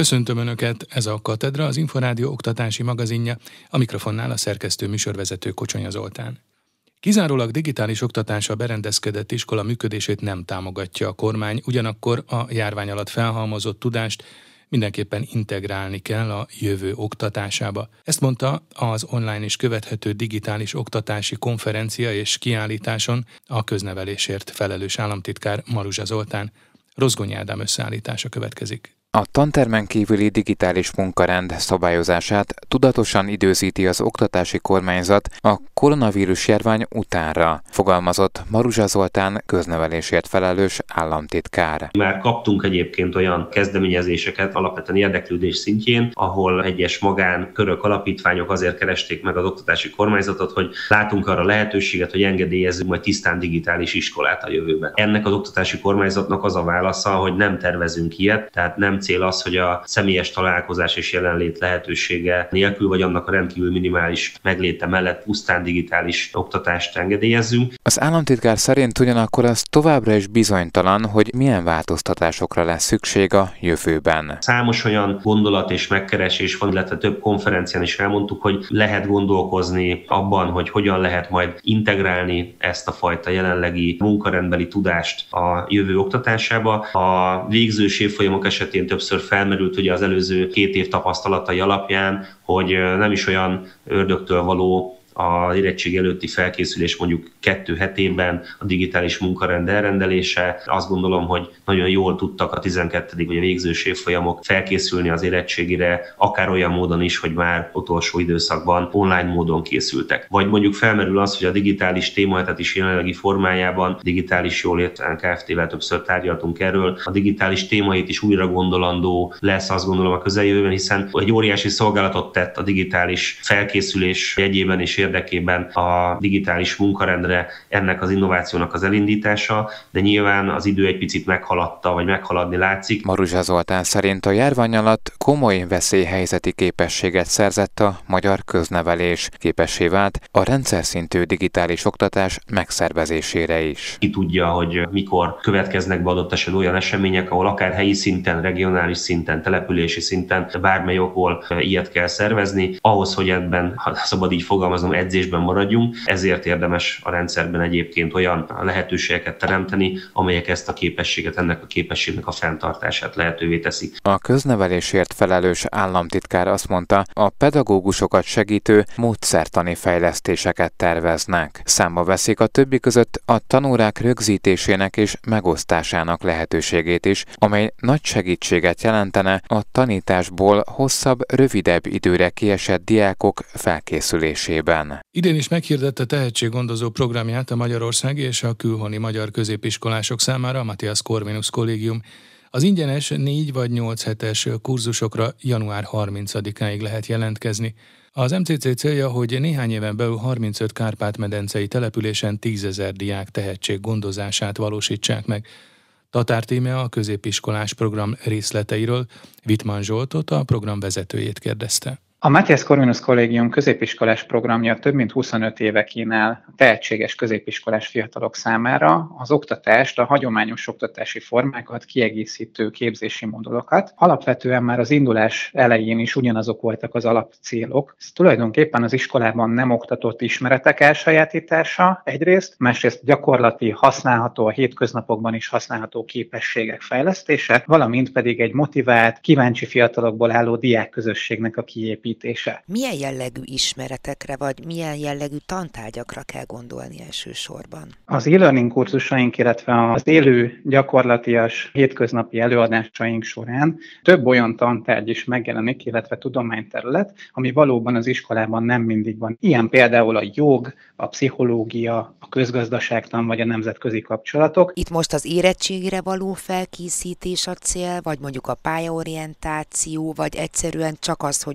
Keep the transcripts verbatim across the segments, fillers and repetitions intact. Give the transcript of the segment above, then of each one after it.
Köszöntöm Önöket, ez a Katedra, az Inforádió oktatási magazinja, a mikrofonnál a szerkesztő műsorvezető Kocsonya Zoltán. Kizárólag digitális oktatásra berendezkedett iskola működését nem támogatja a kormány, ugyanakkor a járvány alatt felhalmozott tudást mindenképpen integrálni kell a jövő oktatásába. Ezt mondta az online is követhető digitális oktatási konferencia és kiállításon a köznevelésért felelős államtitkár Maruzsa Zoltán. Rozgonyi Ádám összeállítása következik. A tantermen kívüli digitális munkarend szabályozását tudatosan időzíti az oktatási kormányzat a koronavírus járvány utánra, fogalmazott Maruzsa Zoltán köznevelésért felelős államtitkár. Már kaptunk egyébként olyan kezdeményezéseket alapvetően érdeklődés szintjén, ahol egyes magánkörök, alapítványok azért keresték meg az oktatási kormányzatot, hogy látunk arra lehetőséget, hogy engedélyezzünk majd tisztán digitális iskolát a jövőben. Ennek az oktatási kormányzatnak az a válasza, hogy nem tervezünk ilyet, tehát nem cél az, hogy a személyes találkozás és jelenlét lehetősége nélkül, vagy annak a rendkívül minimális megléte mellett pusztán digitális oktatást engedélyezzünk. Az államtitkár szerint ugyanakkor az továbbra is bizonytalan, hogy milyen változtatásokra lesz szükség a jövőben. Számos olyan gondolat és megkeresés van, illetve több konferencián is elmondtuk, hogy lehet gondolkozni abban, hogy hogyan lehet majd integrálni ezt a fajta jelenlegi munkarendbeli tudást a jövő oktatásába. A végzős évfolyamok esetén többször felmerült ugye az előző két év tapasztalatai alapján, hogy nem is olyan ördögtől való az érettség előtti felkészülés mondjuk kettő hetében, a digitális munkarend elrendelése. Azt gondolom, hogy nagyon jól tudtak a tizenkettedik vagy a végzős évfolyamok felkészülni az érettségire, akár olyan módon is, hogy már utolsó időszakban online módon készültek. Vagy mondjuk felmerül az, hogy a digitális témahetet is jelenlegi formájában, digitális jólét Kft-vel többször tárgyaltunk erről, a digitális témait is újra gondolandó lesz, azt gondolom a közeljövőben, hiszen egy óriási szolgálatot tett a digitális felkészülés jegyében és érdekében a digitális munkarendre ennek az innovációnak az elindítása, de nyilván az idő egy picit meghaladta, vagy meghaladni látszik. Maruzsa Zoltán szerint a járvány alatt komoly veszélyhelyzeti képességet szerzett a magyar köznevelés, képessé vált a rendszer szintű digitális oktatás megszervezésére is. Ki tudja, hogy mikor következnek be adott esetben olyan események, ahol akár helyi szinten, regionális szinten, települési szinten bármely okból ilyet kell szervezni, ahhoz, hogy ebben, ha szabad így fogalmazom, edzésben maradjunk, ezért érdemes a rendszerben egyébként olyan lehetőségeket teremteni, amelyek ezt a képességet, ennek a képességnek a fenntartását lehetővé teszik. A köznevelésért felelős államtitkár azt mondta, a pedagógusokat segítő módszertani fejlesztéseket terveznek. Számba veszik a többi között a tanórák rögzítésének és megosztásának lehetőségét is, amely nagy segítséget jelentene a tanításból hosszabb, rövidebb időre kiesett diákok felkészülésében. Idén is meghirdette tehetséggondozó programját a magyarországi és a külhoni magyar középiskolások számára a Matthias Corvinus Kollégium. Az ingyenes négy vagy nyolc hetes kurzusokra január harmincadikáig lehet jelentkezni. Az em cé cé célja, hogy néhány éven belül harmincöt kárpát-medencei településen tízezer diák tehetséggondozását valósítsák meg. Tatár Tíme a középiskolás program részleteiről Wittmann Zsoltot, a program vezetőjét kérdezte. A Matthias Corvinus Kollégium középiskolás programja több mint huszonöt éve kínál tehetséges középiskolás fiatalok számára az oktatást, a hagyományos oktatási formákat, kiegészítő képzési modulokat. Alapvetően már az indulás elején is ugyanazok voltak az alapcélok. Ez tulajdonképpen az iskolában nem oktatott ismeretek elsajátítása egyrészt, másrészt gyakorlati, használható, a hétköznapokban is használható képességek fejlesztése, valamint pedig egy motivált, kíváncsi fiatalokból álló diákközösségnek a kiépítése. Milyen jellegű ismeretekre vagy milyen jellegű tantárgyakra kell gondolni elsősorban? Az e-learning kurzusaink, illetve az élő, gyakorlatias, hétköznapi előadásaink során több olyan tantárgy is megjelenik, illetve tudományterület, ami valóban az iskolában nem mindig van. Ilyen például a jog, a pszichológia, a közgazdaságtan vagy a nemzetközi kapcsolatok. Itt most az érettségire való felkészítés a cél, vagy mondjuk a pályaorientáció, vagy egyszerűen csak az, hogy valaki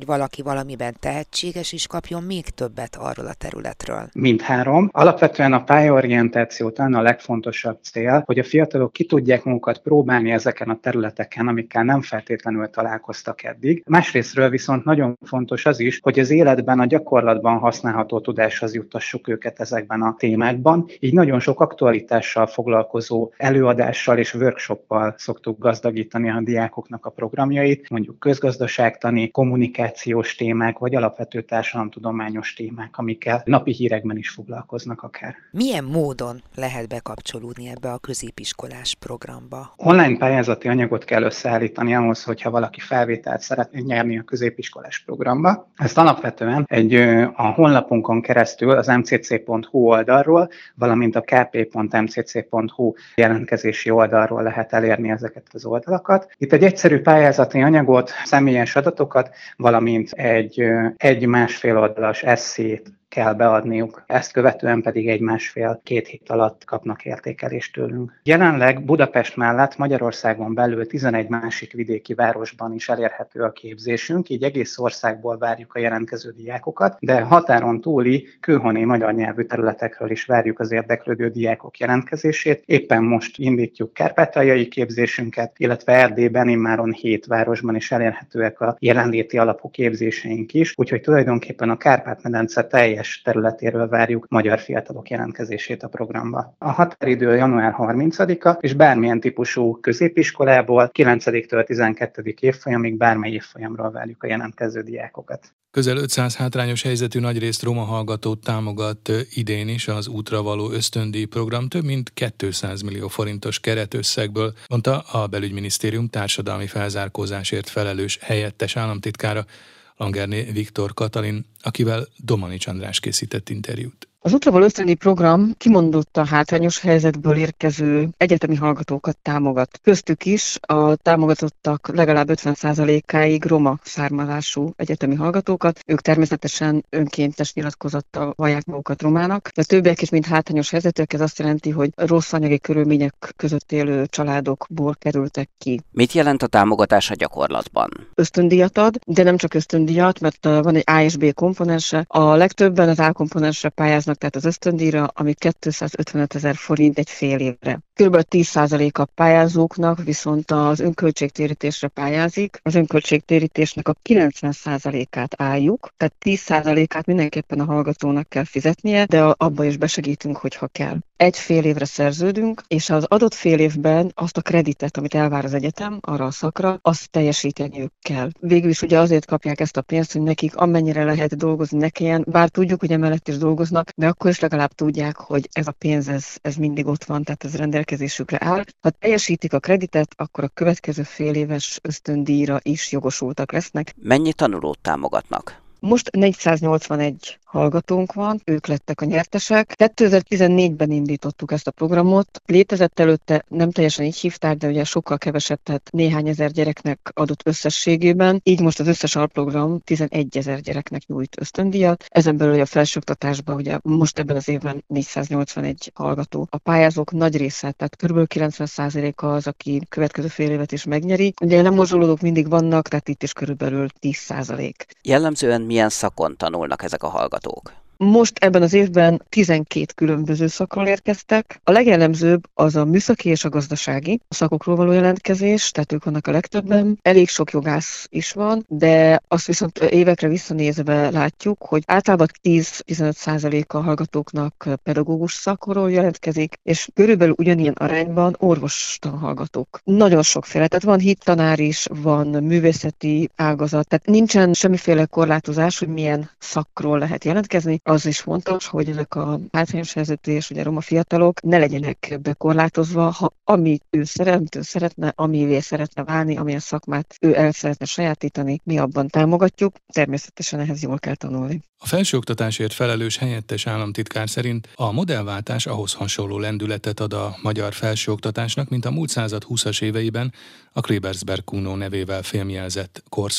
valamiben tehetséges, és kapjon még többet arról a területről? Mindhárom. Alapvetően a pályaorientáció talán a legfontosabb cél, hogy a fiatalok ki tudják magukat próbálni ezeken a területeken, amikkel nem feltétlenül találkoztak eddig. Másrésztről viszont nagyon fontos az is, hogy az életben, a gyakorlatban használható tudáshoz juttassuk őket ezekben a témákban. Így nagyon sok aktualitással foglalkozó előadással és workshoppal szoktuk gazdagítani a diákoknak a programjait, mondjuk közgazdaságtani, kommunikációs témák, vagy alapvető társadalomtudományos témák, amikkel napi hírekben is foglalkoznak akár. Milyen módon lehet bekapcsolódni ebbe a középiskolás programba? Online pályázati anyagot kell összeállítani ahhoz, hogyha valaki felvételt szeretné nyerni a középiskolás programba. Ezt alapvetően egy a honlapunkon keresztül az em cé cé pont hú oldalról, valamint a ká pé pont em cé cé pont hú jelentkezési oldalról lehet elérni ezeket az oldalakat. Itt egy egyszerű pályázati anyagot, személyes adatokat, valamint egy egy-másfél oldalas esszét kell beadniuk. Ezt követően pedig egy másfél-két hét alatt kapnak értékelést tőlünk. Jelenleg Budapest mellett Magyarországon belül tizenegy másik vidéki városban is elérhető a képzésünk, így egész országból várjuk a jelentkező diákokat, de határon túli kőhoni magyar nyelvű területekről is várjuk az érdeklődő diákok jelentkezését. Éppen most indítjuk kárpátaljai képzésünket, illetve Erdélyben immáron hét városban is elérhetőek a jelenléti alapú képzéseink is, úgyhogy tulajdonképpen a Kárpát-medence teljes területéről várjuk magyar fiatalok jelentkezését a programba. A határidő január harmincadika, és bármilyen típusú középiskolából kilencediktől tizenkettedik évfolyamig bármely évfolyamról várjuk a jelentkező diákokat. Közel ötszáz hátrányos helyzetű, nagyrészt roma hallgatót támogat idén is az útra való ösztöndíj program több mint kétszáz millió forintos keretösszegből, mondta a Belügyminisztérium társadalmi felzárkózásért felelős helyettes államtitkára, Langerné Viktor Katalin, akivel Domanics András készített interjút. Az útra való ösztöndíj program kimondott a hátrányos helyzetből érkező egyetemi hallgatókat támogat. Köztük is a támogatottak legalább ötven százalékáig roma származású egyetemi hallgatókat. Ők természetesen önkéntes nyilatkozattal vallják magukat romának, de többiek is, mint hátrányos helyzetűek, ez azt jelenti, hogy rossz anyagi körülmények között élő családokból kerültek ki. Mit jelent a támogatás a gyakorlatban? Ösztöndíjat ad, de nem csak ösztöndíjat, mert van egy A és B komponense. A legtöbben az A komponensre pályáznak, tehát az ösztöndíjra, ami kétszázötvenöt ezer forint egy fél évre. Körülbelül tíz százalék a pályázóknak viszont az önköltségtérítésre pályázik. Az önköltségtérítésnek a kilencven százalékát álljuk, tehát tíz százalékát mindenképpen a hallgatónak kell fizetnie, de abba is besegítünk, hogyha kell. Egy fél évre szerződünk, és az adott fél évben azt a kreditet, amit elvár az egyetem arra a szakra, azt teljesíteniük kell. Végül is ugye azért kapják ezt a pénzt, hogy nekik amennyire lehet dolgozni ne kelljen, bár tudjuk, hogy emellett is dolgoznak, de akkor is legalább tudják, hogy ez a pénz, ez, ez mindig ott van, tehát ez rendelkezésükre áll. Ha teljesítik a kreditet, akkor a következő fél éves ösztöndíjra is jogosultak lesznek. Mennyi tanulót támogatnak? Most négyszáznyolcvanegy hallgatónk van, ők lettek a nyertesek. kétezer-tizennégyben indítottuk ezt a programot. Létezett előtte, nem teljesen így hívták, de ugye sokkal kevesebb, tehát néhány ezer gyereknek adott összességében. Így most az összes alprogram tizenegyezer gyereknek nyújt ösztöndíjat. Ezen belül a felsőoktatásban ugye most ebben az évben négyszáznyolcvanegy hallgató. A pályázók nagy része, tehát kb. kilencven százaléka az, aki következő fél évet is megnyeri. Ugye nem mozsolódók mindig vannak, tehát itt is körülbelül tíz százalék. Jellemzően milyen szakon tanulnak ezek a hallgatók? Most ebben az évben tizenkét különböző szakról érkeztek. A legjellemzőbb az a műszaki és a gazdasági a szakokról való jelentkezés, tehát ők vannak a legtöbben. Elég sok jogász is van, de azt viszont évekre visszanézve látjuk, hogy általában tíz-tizenöt százaléka a hallgatóknak pedagógus szakról jelentkezik, és körülbelül ugyanilyen arányban orvostan hallgatók. Nagyon sokféle, tehát van hittanár is, van művészeti ágazat, tehát nincsen semmiféle korlátozás, hogy milyen szakról lehet jelentkezni. Az is fontos, hogy ezek a hátrányos helyzetű és ugye roma fiatalok ne legyenek bekorlátozva, ha amit ő szeret, ő szeretne, amivé szeretne válni, amilyen szakmát ő el szeretne sajátítani, mi abban támogatjuk. Természetesen ehhez jól kell tanulni. A felsőoktatásért felelős helyettes államtitkár szerint a modellváltás ahhoz hasonló lendületet ad a magyar felsőoktatásnak, mint a múlt század húszas éveiben a Klebersberg Kuno nevével fémjelzett korszak.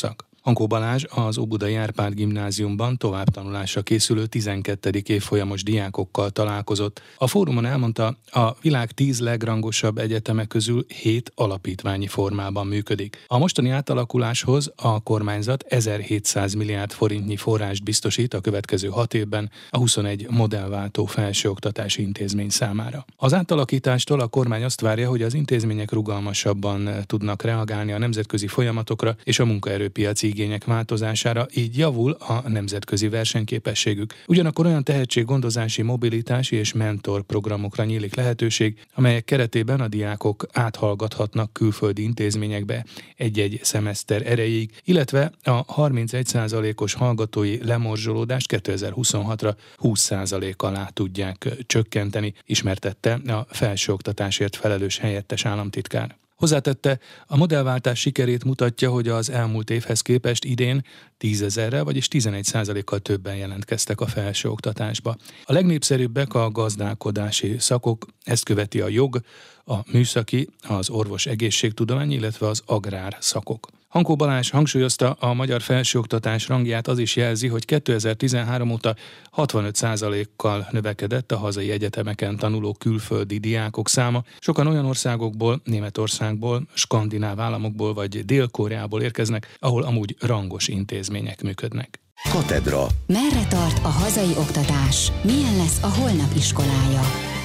Hankó Balázs az Óbudai Árpád Gimnáziumban továbbtanulásra készülő tizenkettedik évfolyamos diákokkal találkozott. A fórumon elmondta, a világ tíz legrangosabb egyeteme közül hét alapítványi formában működik. A mostani átalakuláshoz a kormányzat ezerhétszáz milliárd forintnyi forrást biztosít a következő hat évben a huszonegy modellváltó felsőoktatási intézmény számára. Az átalakítástól a kormány azt várja, hogy az intézmények rugalmasabban tudnak reagálni a nemzetközi folyamatokra és a munkaerőpiaci igények változására, így javul a nemzetközi versenyképességük. Ugyanakkor olyan tehetséggondozási, mobilitási és mentor programokra nyílik lehetőség, amelyek keretében a diákok áthallgathatnak külföldi intézményekbe egy-egy szemeszter erejéig, illetve a harmincegy százalékos hallgatói lemorzsolódást kétezer-huszonhatra húsz százalék alá tudják csökkenteni, ismertette a felsőoktatásért felelős helyettes államtitkár. Hozzátette, a modellváltás sikerét mutatja, hogy az elmúlt évhez képest idén tízezerrel, vagyis tizenegy százalékkal többen jelentkeztek a felsőoktatásba. A legnépszerűbbek a gazdálkodási szakok, ezt követi a jog, a műszaki, az orvos egészségtudomány, illetve az agrár szakok. Hankó Balázs hangsúlyozta, a magyar felsőoktatás rangját az is jelzi, hogy kétezer-tizenhárom óta hatvanöt százalékkal növekedett a hazai egyetemeken tanuló külföldi diákok száma. Sokan olyan országokból, Németországból, skandináv államokból vagy Dél-Koreából érkeznek, ahol amúgy rangos intézmények működnek. Katedra. Merre tart a hazai oktatás? Milyen lesz a holnap iskolája?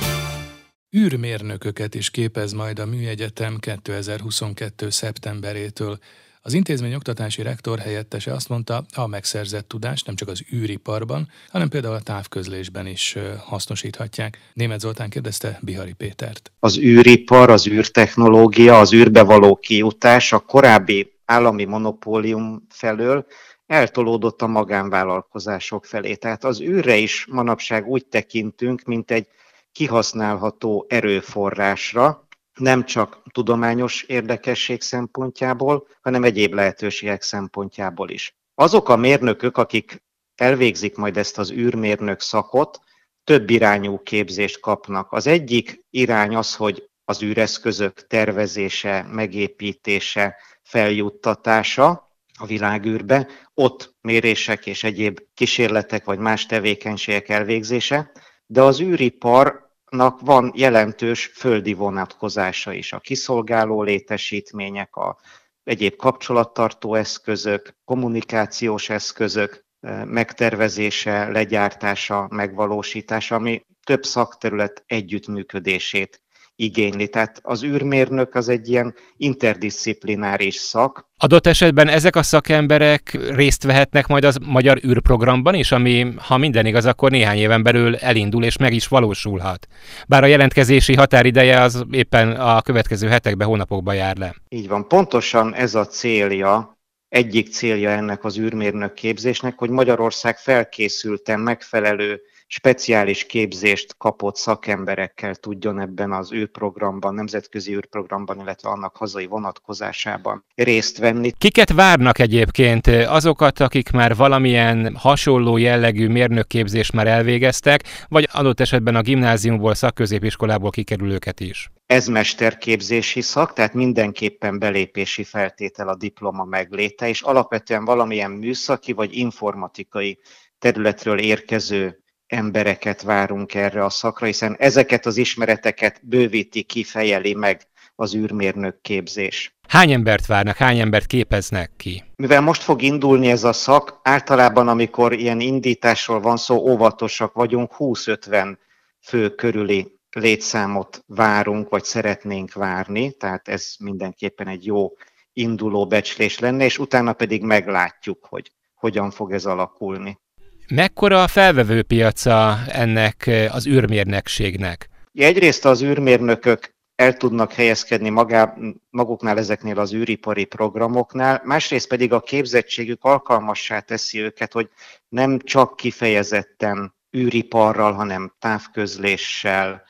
Űrmérnököket is képez majd a Műegyetem kétezer-huszonkettő szeptemberétől. Az intézmény oktatási rektor helyettese azt mondta, a megszerzett tudást nem csak az űriparban, hanem például a távközlésben is hasznosíthatják. Németh Zoltán kérdezte Bihari Pétert. Az űripar, az űrtechnológia, az űrbe való kijutás a korábbi állami monopólium felől eltolódott a magánvállalkozások felé. Tehát az űrre is manapság úgy tekintünk, mint egy kihasználható erőforrásra, nem csak tudományos érdekesség szempontjából, hanem egyéb lehetőségek szempontjából is. Azok a mérnökök, akik elvégzik majd ezt az űrmérnök szakot, több irányú képzést kapnak. Az egyik irány az, hogy az űreszközök tervezése, megépítése, feljuttatása a világűrbe, ott mérések és egyéb kísérletek vagy más tevékenységek elvégzése, de az űriparnak van jelentős földi vonatkozása is. A kiszolgáló létesítmények, a egyéb kapcsolattartó eszközök, kommunikációs eszközök megtervezése, legyártása, megvalósítása, ami több szakterület együttműködését igényli. Tehát az űrmérnök az egy ilyen interdisziplináris szak. Adott esetben ezek a szakemberek részt vehetnek majd az magyar űrprogramban is, ami, ha minden igaz, akkor néhány éven belül elindul és meg is valósulhat. Bár a jelentkezési határideje az éppen a következő hetekben, hónapokban jár le. Így van, pontosan ez a célja, egyik célja ennek az űrmérnök képzésnek, hogy Magyarország felkészülten megfelelő speciális képzést kapott szakemberekkel tudjon ebben az űrprogramban, nemzetközi űrprogramban, illetve annak hazai vonatkozásában részt venni. Kiket várnak egyébként? Azokat, akik már valamilyen hasonló jellegű mérnökképzést már elvégeztek, vagy adott esetben a gimnáziumból, szakközépiskolából kikerülőket is? Ez mesterképzési szak, tehát mindenképpen belépési feltétel a diploma megléte, és alapvetően valamilyen műszaki vagy informatikai területről érkező embereket várunk erre a szakra, hiszen ezeket az ismereteket bővíti, kifejeli meg az űrmérnök képzés. Hány embert várnak, hány embert képeznek ki? Mivel most fog indulni ez a szak, általában amikor ilyen indításról van szó, óvatosak vagyunk, húsz-ötven fő körüli létszámot várunk, vagy szeretnénk várni, tehát ez mindenképpen egy jó induló becslés lenne, és utána pedig meglátjuk, hogy hogyan fog ez alakulni. Mekkora a felvevő piaca ennek az űrmérnökségnek? Egyrészt az űrmérnökök el tudnak helyezkedni magá, maguknál ezeknél az űripari programoknál, másrészt pedig a képzettségük alkalmassá teszi őket, hogy nem csak kifejezetten űriparral, hanem távközléssel,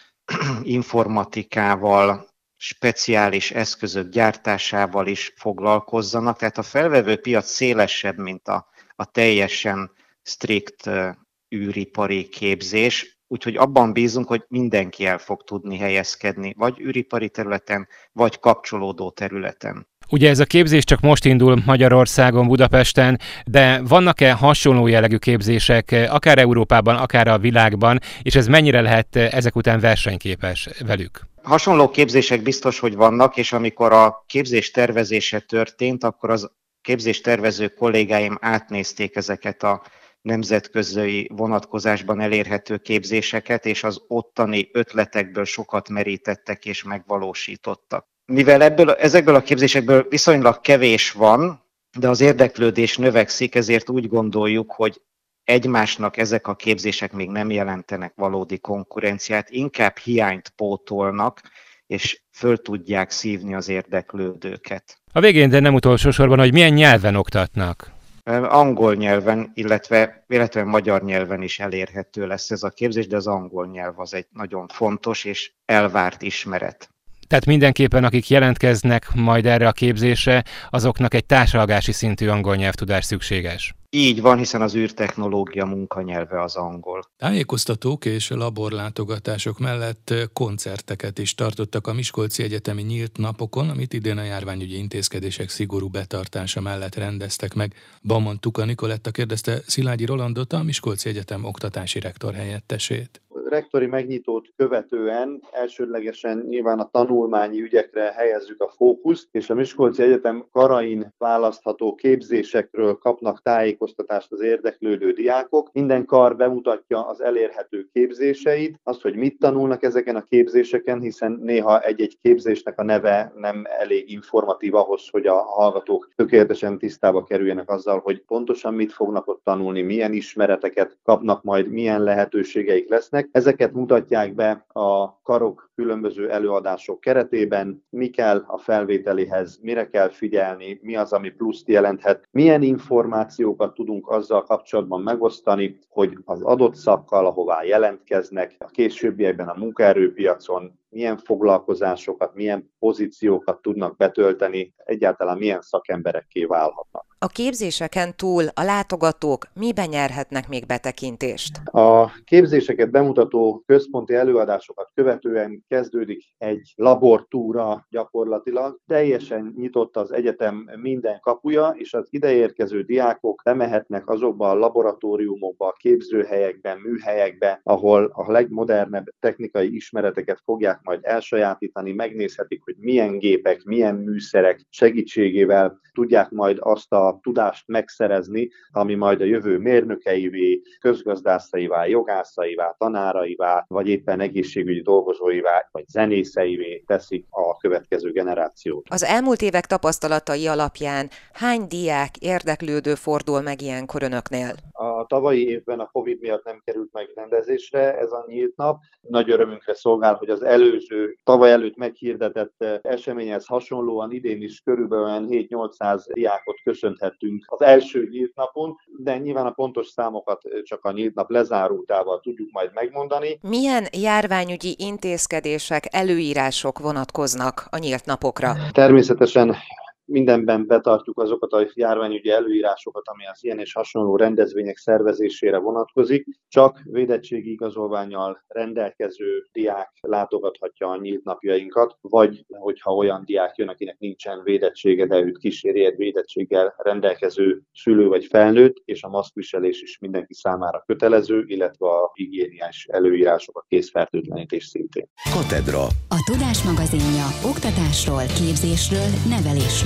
informatikával, speciális eszközök gyártásával is foglalkozzanak. Tehát a felvevő piac szélesebb, mint a, a teljesen strikt űripari képzés, úgyhogy abban bízunk, hogy mindenki el fog tudni helyezkedni, vagy űripari területen, vagy kapcsolódó területen. Ugye ez a képzés csak most indul Magyarországon, Budapesten, de vannak-e hasonló jellegű képzések, akár Európában, akár a világban, és ez mennyire lehet ezek után versenyképes velük? Hasonló képzések biztos, hogy vannak, és amikor a képzés tervezése történt, akkor az képzéstervező kollégáim átnézték ezeket a nemzetközi vonatkozásban elérhető képzéseket, és az ottani ötletekből sokat merítettek és megvalósítottak. Mivel ebből, ezekből a képzésekből viszonylag kevés van, de az érdeklődés növekszik, ezért úgy gondoljuk, hogy egymásnak ezek a képzések még nem jelentenek valódi konkurenciát, inkább hiányt pótolnak, és föl tudják szívni az érdeklődőket. A végén, de nem utolsó sorban, hogy milyen nyelven oktatnak? Angol nyelven, illetve illetve magyar nyelven is elérhető lesz ez a képzés, de az angol nyelv az egy nagyon fontos és elvárt ismeret. Tehát mindenképpen, akik jelentkeznek majd erre a képzésre, azoknak egy társalgási szintű angol nyelvtudás szükséges. Így van, hiszen az űrtechnológia munkanyelve az angol. Tájékoztatók és laborlátogatások mellett koncerteket is tartottak a Miskolci Egyetemi Nyílt Napokon, amit idén a járványügyi intézkedések szigorú betartása mellett rendeztek meg. Baumann Tuka Nikoletta kérdezte Szilágyi Rolandot, a Miskolci Egyetem oktatási rektor helyettesét. Rektori megnyitót követően elsődlegesen nyilván a tanulmányi ügyekre helyezzük a fókuszt, és a Miskolci Egyetem karain választható képzésekről kapnak tájékoztatást az érdeklődő diákok. Minden kar bemutatja az elérhető képzéseit, azt, hogy mit tanulnak ezeken a képzéseken, hiszen néha egy-egy képzésnek a neve nem elég informatív ahhoz, hogy a hallgatók tökéletesen tisztába kerüljenek azzal, hogy pontosan mit fognak ott tanulni, milyen ismereteket kapnak majd, milyen lehetőségeik lesznek. Ezeket mutatják be a karok különböző előadások keretében, mi kell a felvételihez, mire kell figyelni, mi az, ami pluszt jelenthet, milyen információkat tudunk azzal kapcsolatban megosztani, hogy az adott szakkal, ahová jelentkeznek, a későbbiekben a munkaerőpiacon milyen foglalkozásokat, milyen pozíciókat tudnak betölteni, egyáltalán milyen szakemberekké válhatnak. A képzéseken túl a látogatók miben nyerhetnek még betekintést? A képzéseket bemutató központi előadásokat követően kezdődik egy labortúra gyakorlatilag. Teljesen nyitott az egyetem minden kapuja, és az ideérkező diákok lemehetnek azokba a laboratóriumokba, a képzőhelyekben, műhelyekbe, ahol a legmodernebb technikai ismereteket fogják majd elsajátítani, megnézhetik, hogy milyen gépek, milyen műszerek segítségével tudják majd azt a tudást megszerezni, ami majd a jövő mérnökeivé, közgazdászaivá, jogászaivá, tanáraivá, vagy éppen egészségügyi dolgozóivá, vagy zenészeivé teszik a következő generációt. Az elmúlt évek tapasztalatai alapján hány diák érdeklődő fordul meg ilyenkor önöknél? A tavalyi évben a Covid miatt nem került megrendezésre ez a nyílt nap. Nagy örömünkre szolgál, hogy az előző, tavaly előtt meghirdetett eseményhez hasonlóan idén is körülbelül hét-nyolcszáz diákot köszönhettünk az első nyílt napon, de nyilván a pontos számokat csak a nyílt nap lezárultával tudjuk majd megmondani. Milyen járványügyi intézkedések, előírások vonatkoznak a nyílt napokra? Természetesen mindenben betartjuk azokat a járványügyi előírásokat, ami az ilyen és hasonló rendezvények szervezésére vonatkozik. Csak védettségi igazolvánnyal rendelkező diák látogathatja a nyílt napjainkat, vagy hogyha olyan diák jön, akinek nincsen védettsége, de őt kíséri egy védettséggel rendelkező szülő vagy felnőtt, és a maszkviselés is mindenki számára kötelező, illetve a higiéniás előírások, a kézfertőtlenítés szintén. Katedra. A Tudás magazinja oktatásról, képzésről, nevelésről.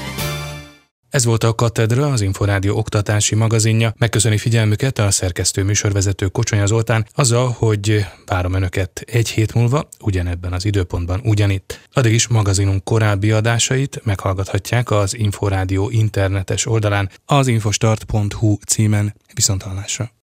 Ez volt a Katedra, az Inforádió oktatási magazinja. Megköszöni figyelmüket a szerkesztő műsorvezető Kocsonya Zoltán azzal, hogy várom önöket egy hét múlva, ugyanebben az időpontban ugyanitt. Addig is magazinunk korábbi adásait meghallgathatják az Inforádió internetes oldalán, az infostart pont hu címen. Viszonthallásra.